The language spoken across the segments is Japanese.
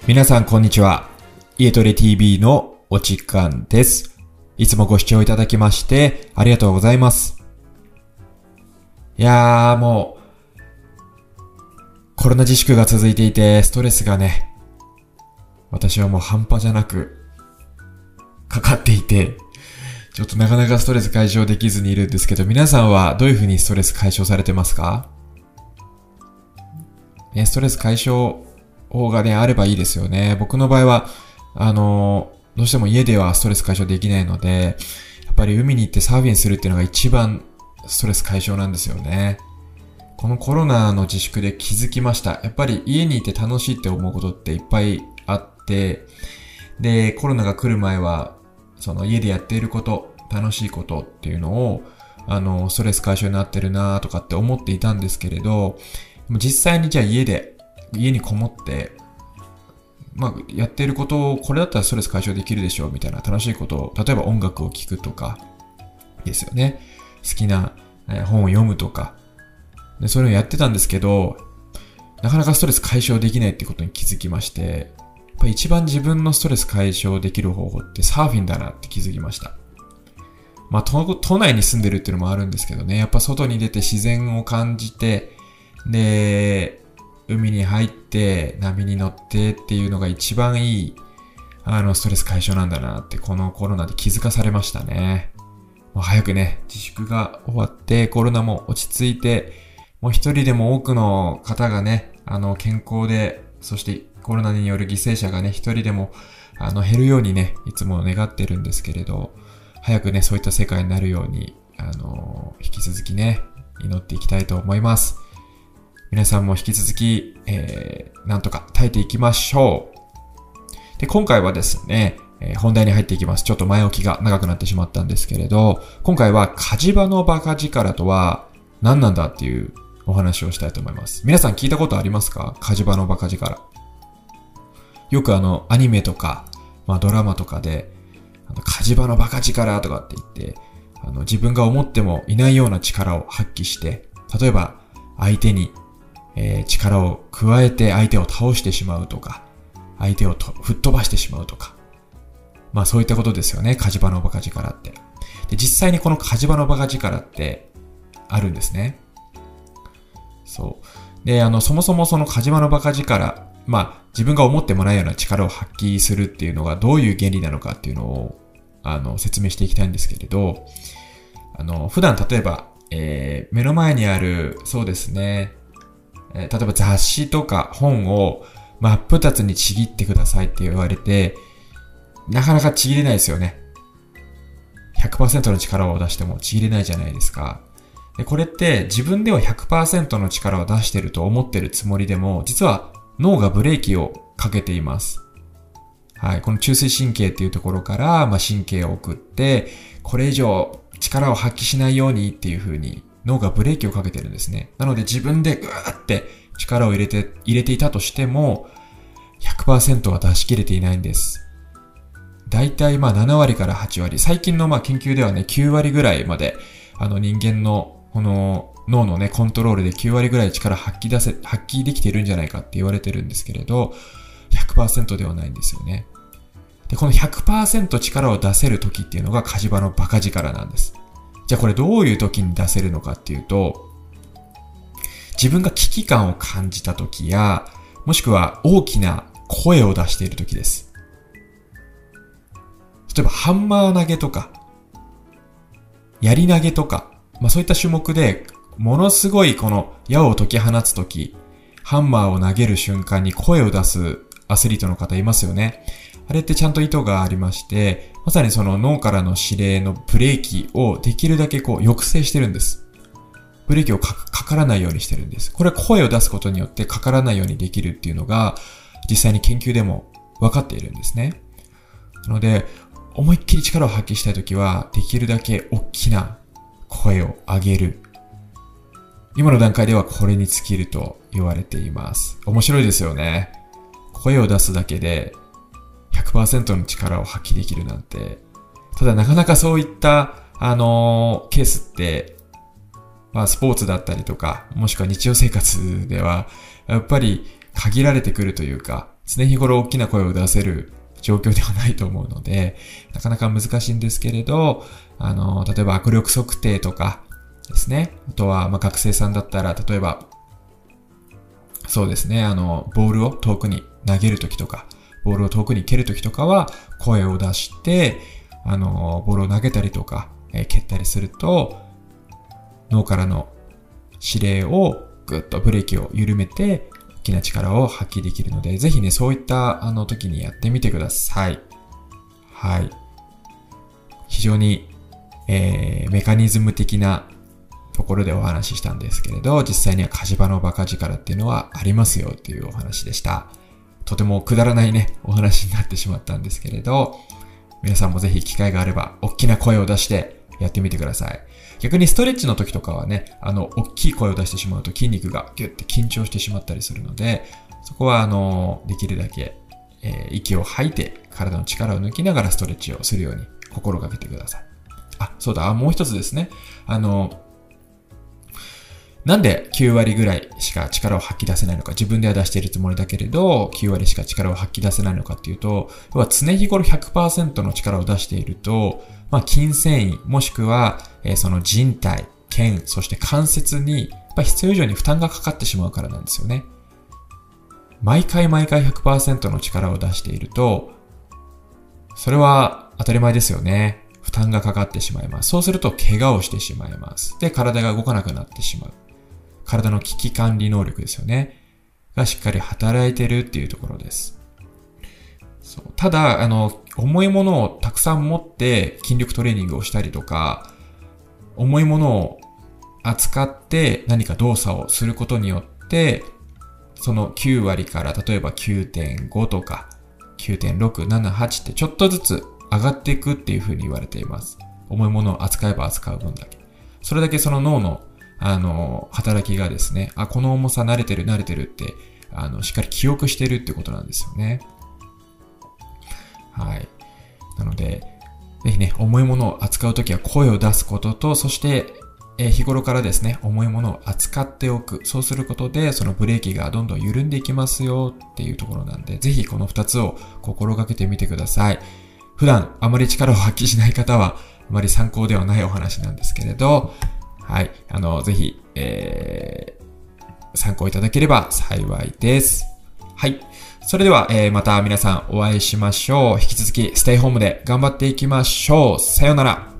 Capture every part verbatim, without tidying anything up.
皆さんこんにちは。家トレ ティーブイ のお時間です。いつもご視聴いただきましてありがとうございます。いやーもうコロナ自粛が続いていてストレスがね、私はもう半端じゃなくかかっていて、ちょっとなかなかストレス解消できずにいるんですけど、皆さんはどういうふうにストレス解消されてますか？ね、ストレス解消法がね、あればいいですよね。僕の場合は、あの、どうしても家ではストレス解消できないので、やっぱり海に行ってサーフィンするっていうのが一番ストレス解消なんですよね。このコロナの自粛で気づきました。やっぱり家にいて楽しいって思うことっていっぱいあって、で、コロナが来る前は、その家でやっていること、楽しいことっていうのを、あの、ストレス解消になってるなとかって思っていたんですけれど、実際にじゃあ家で、家にこもって、まあ、やっていることを、これだったらストレス解消できるでしょうみたいな楽しいことを、例えば音楽を聴くとか、ですよね。好きな本を読むとか、で、そういうのをやってたんですけど、なかなかストレス解消できないってことに気づきまして、やっぱり一番自分のストレス解消できる方法ってサーフィンだなって気づきました。まあ、都、都内に住んでるっていうのもあるんですけどね、やっぱ外に出て自然を感じて、で、海に入って波に乗ってっていうのが一番いいあのストレス解消なんだなってこのコロナで気づかされましたね。もう早くね、自粛が終わってコロナも落ち着いて、もう一人でも多くの方がね、あの健康で、そしてコロナによる犠牲者がね、一人でもあの減るようにね、いつも願ってるんですけれど、早くね、そういった世界になるように、あの、引き続きね、祈っていきたいと思います。皆さんも引き続き、えー、なんとか耐えていきましょう。で、今回はですね、えー、本題に入っていきます。ちょっと前置きが長くなってしまったんですけれど、今回は火事場のバカ力とは何なんだっていうお話をしたいと思います。皆さん聞いたことありますか？火事場のバカ力。よくあの、アニメとか、まあドラマとかで、あの火事場のバカ力とかって言って、あの、自分が思ってもいないような力を発揮して、例えば相手にえー、力を加えて相手を倒してしまうとか、相手をと吹っ飛ばしてしまうとか。まあそういったことですよね、火事場のバカ力って。で、実際にこの火事場のバカ力ってあるんですね。そう。で、あの、そもそもその火事場のバカ力、まあ自分が思ってもないような力を発揮するっていうのがどういう原理なのかっていうのを、あの、説明していきたいんですけれど、あの、普段例えば、えー、目の前にある、そうですね、例えば雑誌とか本を真っ二つにちぎってくださいって言われて、なかなかちぎれないですよね。ひゃくパーセント の力を出してもちぎれないじゃないですか。で、これって自分では ひゃくパーセント の力を出してると思ってるつもりでも、実は脳がブレーキをかけています。はい。この中枢神経っていうところから、まあ、神経を送って、これ以上力を発揮しないようにっていう風に脳がブレーキをかけてるんですね。なので自分でうーって力を入れて、入れていたとしても ひゃくパーセント は出し切れていないんです。だいたいまあななわりからはちわり、最近のまあ研究ではねきゅうわりぐらいまであの人間のこの脳のねコントロールできゅうわりぐらい力発揮出せ、発揮できているんじゃないかって言われてるんですけれど ひゃくパーセント ではないんですよね。で、この ひゃくパーセント 力を出せる時っていうのが火事場のバカ力なんです。じゃあこれどういう時に出せるのかっていうと、自分が危機感を感じた時や、もしくは大きな声を出している時です。例えばハンマー投げとか、槍投げとか、まあそういった種目でものすごいこの矢を解き放つ時、ハンマーを投げる瞬間に声を出すアスリートの方いますよね。あれってちゃんと意図がありまして、まさにその脳からの指令のブレーキをできるだけこう抑制してるんです。ブレーキをか, かからないようにしてるんです。これは声を出すことによってかからないようにできるっていうのが実際に研究でも分かっているんですね。なので思いっきり力を発揮したいときはできるだけ大きな声を上げる。今の段階ではこれに尽きると言われています。面白いですよね。声を出すだけでひゃくパーセント の力を発揮できるなんて。ただなかなかそういった、あのー、ケースって、まあスポーツだったりとか、もしくは日常生活では、やっぱり限られてくるというか、 常日頃大きな声を出せる状況ではないと思うので、なかなか難しいんですけれど、あの、例えば握力測定とかですね。あとは、まあ、学生さんだったら、例えば、そうですね、あの、ボールを遠くに投げるときとか、ボールを遠くに蹴るときとかは、声を出して、あの、ボールを投げたりとか、えー、蹴ったりすると、脳からの指令をぐっとブレーキを緩めて、大きな力を発揮できるので、ぜひね、そういったあの時にやってみてください。はい。非常に、えー、メカニズム的なところでお話ししたんですけれど、実際には火事場のバカ力っていうのはありますよっていうお話でした。とてもくだらないね、お話になってしまったんですけれど、皆さんもぜひ機会があれば、大きな声を出してやってみてください。逆にストレッチの時とかはね、あの、大きい声を出してしまうと筋肉がギュッて緊張してしまったりするので、そこはあの、できるだけ、えー、息を吐いて体の力を抜きながらストレッチをするように心がけてください。あ、そうだ、もう一つですね。あの、なんできゅうわりぐらいしか力を発揮出せないのか、自分では出しているつもりだけれど、きゅうわりしか力を発揮出せないのかっていうと、要は常日頃 ひゃくパーセント の力を出していると、まあ、筋繊維、もしくは、えー、その人体、腱、そして関節に、やっぱ必要以上に負担がかかってしまうからなんですよね。毎回毎回 ひゃくパーセント の力を出していると、それは当たり前ですよね。負担がかかってしまいます。そうすると怪我をしてしまいます。で、体が動かなくなってしまう。体の危機管理能力ですよね。がしっかり働いてるっていうところです。そう。ただ、あの、重いものをたくさん持って筋力トレーニングをしたりとか、重いものを扱って何か動作をすることによって、そのきゅうわりから例えば きゅうてんご とか きゅうてんろく、なな、はちってちょっとずつ上がっていくっていうふうに言われています。重いものを扱えば扱う分だけ。それだけその脳のあの、働きがですね、あ、この重さ慣れてる慣れてるって、あの、しっかり記憶してるってことなんですよね。はい。なので、ぜひね、重いものを扱うときは声を出すことと、そして、えー、日頃からですね、重いものを扱っておく。そうすることで、そのブレーキがどんどん緩んでいきますよっていうところなんで、ぜひこの二つを心がけてみてください。普段あまり力を発揮しない方は、あまり参考ではないお話なんですけれど、はい。あの、ぜひ、えー、参考いただければ幸いです。はい。それでは、えー、また皆さんお会いしましょう。引き続き、ステイホームで頑張っていきましょう。さようなら。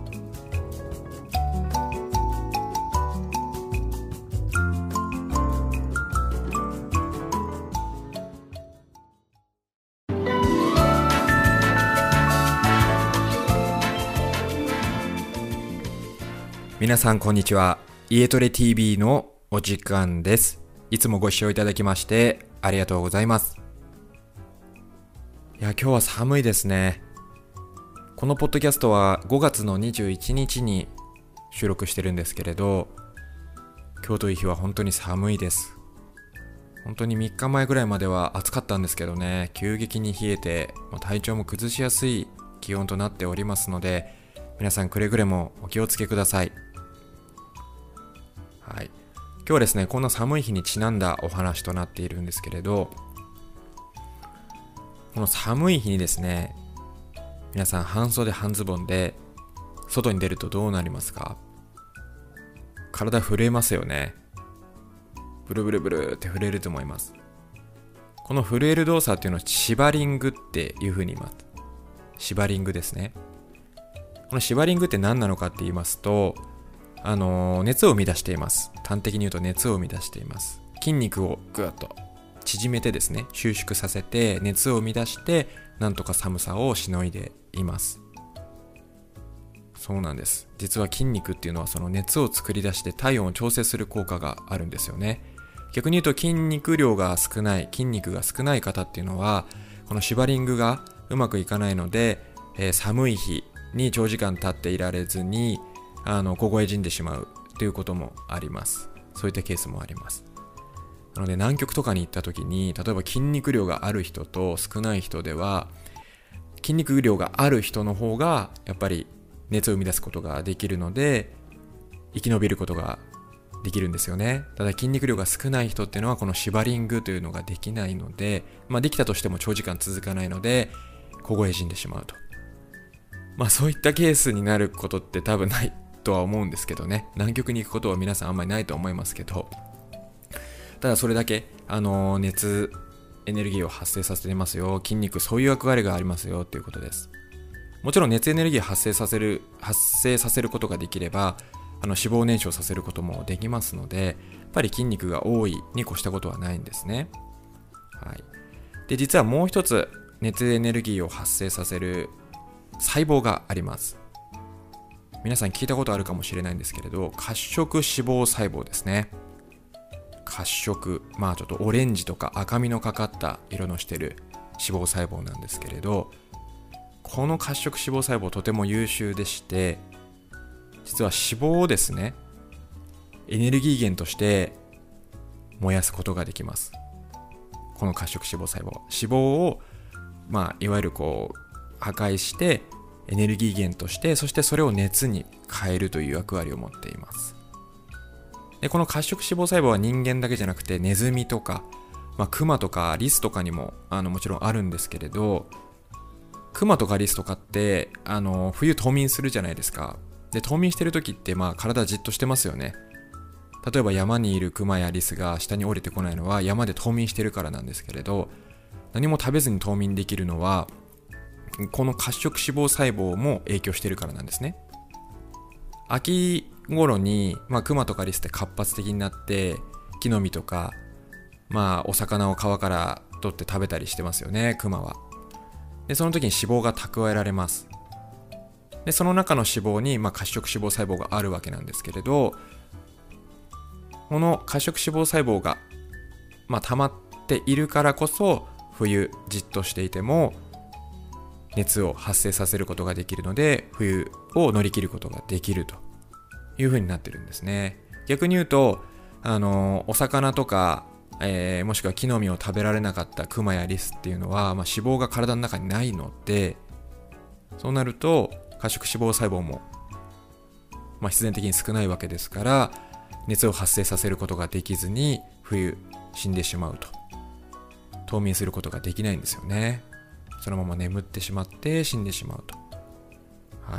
皆さんこんにちは。家トレ ティービー のお時間です。いつもご視聴いただきましてありがとうございます。いや、今日は寒いですね。このポッドキャストはごがつのにじゅういちにちに収録してるんですけれど、今日という日は本当に寒いです。本当にみっかまえぐらいまでは暑かったんですけどね、急激に冷えて体調も崩しやすい気温となっておりますので、皆さんくれぐれもお気をつけください。はい、今日はですね、こんな寒い日にちなんだお話となっているんですけれど、この寒い日にですね、皆さん半袖半ズボンで外に出るとどうなりますか？体震えますよね。ブルブルブルって震えると思います。この震える動作っていうのをシバリングっていう風に言います。シバリングですね。このシバリングって何なのかって言いますと、あのー、熱を生み出しています。端的に言うと熱を生み出しています。筋肉をぐっと縮めてですね、収縮させて熱を生み出して、なんとか寒さをしのいでいます。そうなんです。実は筋肉っていうのはその熱を作り出して体温を調整する効果があるんですよね。逆に言うと筋肉量が少ない、筋肉が少ない方っていうのは、このシバリングがうまくいかないので、えー、寒い日に長時間立っていられずに、あの凍え死んでしまうということもあります。そういったケースもあります。なので南極とかに行った時に、例えば筋肉量がある人と少ない人では、筋肉量がある人の方がやっぱり熱を生み出すことができるので、生き延びることができるんですよね。ただ筋肉量が少ない人っていうのはこのシバリングというのができないので、まあできたとしても長時間続かないので凍え死んでしまうと。まあそういったケースになることって多分ないとは思うんですけどね。南極に行くことは皆さんあんまりないと思いますけど、ただそれだけあの熱エネルギーを発生させてますよ。筋肉そういう役割がありますよっていうことです。もちろん熱エネルギーを発生させる発生させることができればあの脂肪燃焼させることもできますので、やっぱり筋肉が多いに越したことはないんですね。はい。で、実はもう一つ熱エネルギーを発生させる細胞があります。皆さん聞いたことあるかもしれないんですけれど、褐色脂肪細胞ですね。褐色、まあちょっとオレンジとか赤みのかかった色のしてる脂肪細胞なんですけれど、この褐色脂肪細胞とても優秀でして、実は脂肪をですね、エネルギー源として燃やすことができます。この褐色脂肪細胞。脂肪を、まあ、いわゆるこう、破壊して、エネルギー源として、そしてそれを熱に変えるという役割を持っています。で、この褐色脂肪細胞は人間だけじゃなくて、ネズミとか、まあ、クマとかリスとかにも、あの、もちろんあるんですけれど、クマとかリスとかって、あの、冬冬眠するじゃないですか。で、冬眠してる時ってまあ体じっとしてますよね。例えば山にいるクマやリスが下に降りてこないのは山で冬眠してるからなんですけれど、何も食べずに冬眠できるのはこの褐色脂肪細胞も影響してるからなんですね。秋頃に、まあ、クマとかリスって活発的になって木の実とか、まあ、お魚を川から取って食べたりしてますよね、クマは。で、その時に脂肪が蓄えられます。で、その中の脂肪に、まあ、褐色脂肪細胞があるわけなんですけれど、この褐色脂肪細胞が、まあ、溜まっているからこそ冬じっとしていても熱を発生させることができるので、冬を乗り切ることができるという風になってるんですね。逆に言うと、あのお魚とか、えー、もしくは木の実を食べられなかったクマやリスっていうのは、まあ、脂肪が体の中にないので、そうなると褐色脂肪細胞も、まあ、必然的に少ないわけですから、熱を発生させることができずに冬死んでしまうと。冬眠することができないんですよね。そのまま眠ってしまって死んでしまうと。はい。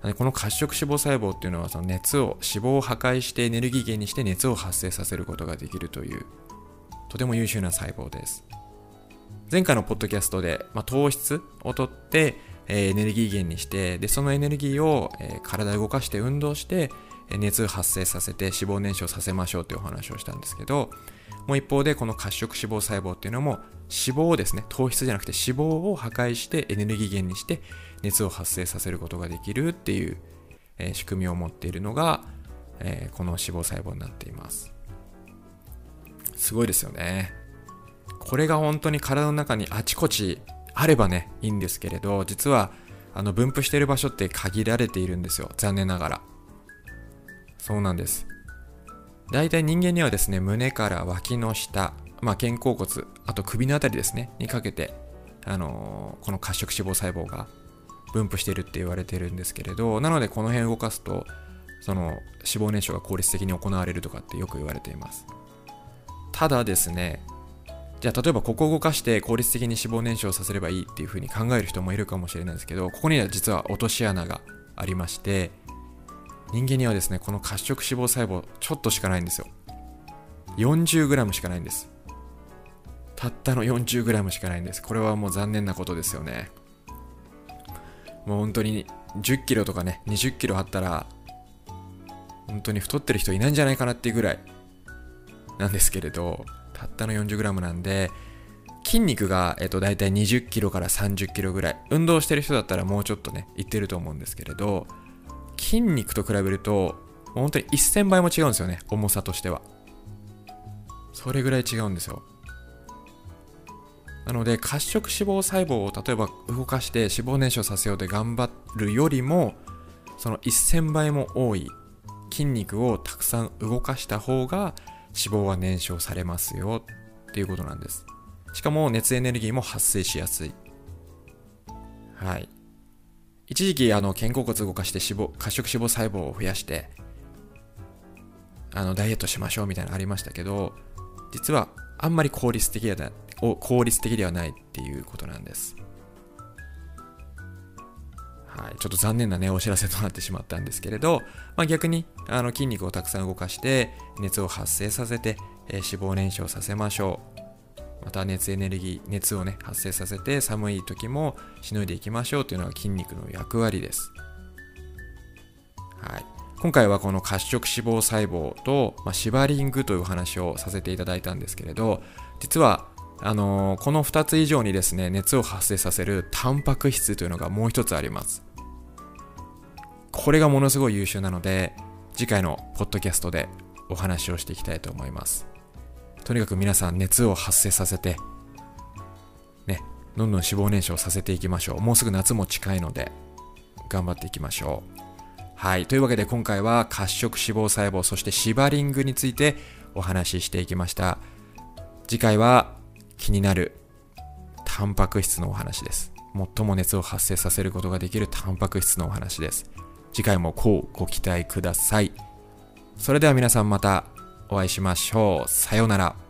この褐色脂肪細胞っていうのはその熱を脂肪を破壊してエネルギー源にして熱を発生させることができるというとても優秀な細胞です。前回のポッドキャストで、まあ、糖質をとってえー、エネルギー源にして、でそのエネルギーを、えー、体を動かして運動して、えー、熱を発生させて脂肪燃焼させましょうというお話をしたんですけど、もう一方でこの褐色脂肪細胞っていうのも脂肪をですね、糖質じゃなくて脂肪を破壊してエネルギー源にして熱を発生させることができるっていう、えー、仕組みを持っているのが、えー、この脂肪細胞になっています。すごいですよね。これが本当に体の中にあちこちあればね、いいんですけれど、実はあの分布している場所って限られているんですよ。残念ながら。そうなんです。だいたい人間にはですね、胸から脇の下、まあ、肩甲骨、あと首のあたりですね、にかけて、あのー、この褐色脂肪細胞が分布しているって言われているんですけれど、なのでこの辺を動かすと、その脂肪燃焼が効率的に行われるとかってよく言われています。ただですね、じゃあ例えばここを動かして効率的に脂肪燃焼させればいいっていう風に考える人もいるかもしれないですけど、ここには実は落とし穴がありまして、人間にはですね、この褐色脂肪細胞ちょっとしかないんですよ。よんじゅうグラム しかないんです。たったの よんじゅうグラム しかないんです。これはもう残念なことですよね。もう本当にじゅっキロとかね、にじゅっキロあったら本当に太ってる人いないんじゃないかなっていうぐらいなんですけれど、たったの よんじゅうグラム なんで、筋肉が、えっと、だいたいにじゅっキロからさんじゅっキロぐらい、運動してる人だったらもうちょっとねいってると思うんですけれど、筋肉と比べると本当にせんばいも違うんですよね、重さとしては。それぐらい違うんですよ。なので褐色脂肪細胞を例えば動かして脂肪燃焼させようで頑張るよりも、そのせんばいも多い筋肉をたくさん動かした方が脂肪は燃焼されますよっていうことなんです。しかも熱エネルギーも発生しやすい。はい。一時期あの肩甲骨を動かして脂肪褐色脂肪細胞を増やして、 あのダイエットしましょうみたいなのありましたけど、実はあんまり効率的では効率的ではないっていうことなんです。はい、ちょっと残念なねお知らせとなってしまったんですけれど、まあ、逆にあの筋肉をたくさん動かして熱を発生させて、えー、脂肪燃焼させましょう。また熱エネルギー熱をね発生させて寒い時もしのいでいきましょうというのが筋肉の役割です。はい、今回はこの褐色脂肪細胞と、まあ、シバリングという話をさせていただいたんですけれど、実はあのー、このふたつ以上にですね熱を発生させるタンパク質というのがもう一つあります。これがものすごい優秀なので、次回のポッドキャストでお話をしていきたいと思います。とにかく皆さん熱を発生させてね、どんどん脂肪燃焼させていきましょう。もうすぐ夏も近いので頑張っていきましょう。はい、というわけで今回は褐色脂肪細胞そしてシバリングについてお話ししていきました。次回は気になるタンパク質のお話です。最も熱を発生させることができるタンパク質のお話です。次回もこうご期待ください。それでは皆さんまたお会いしましょう。さようなら。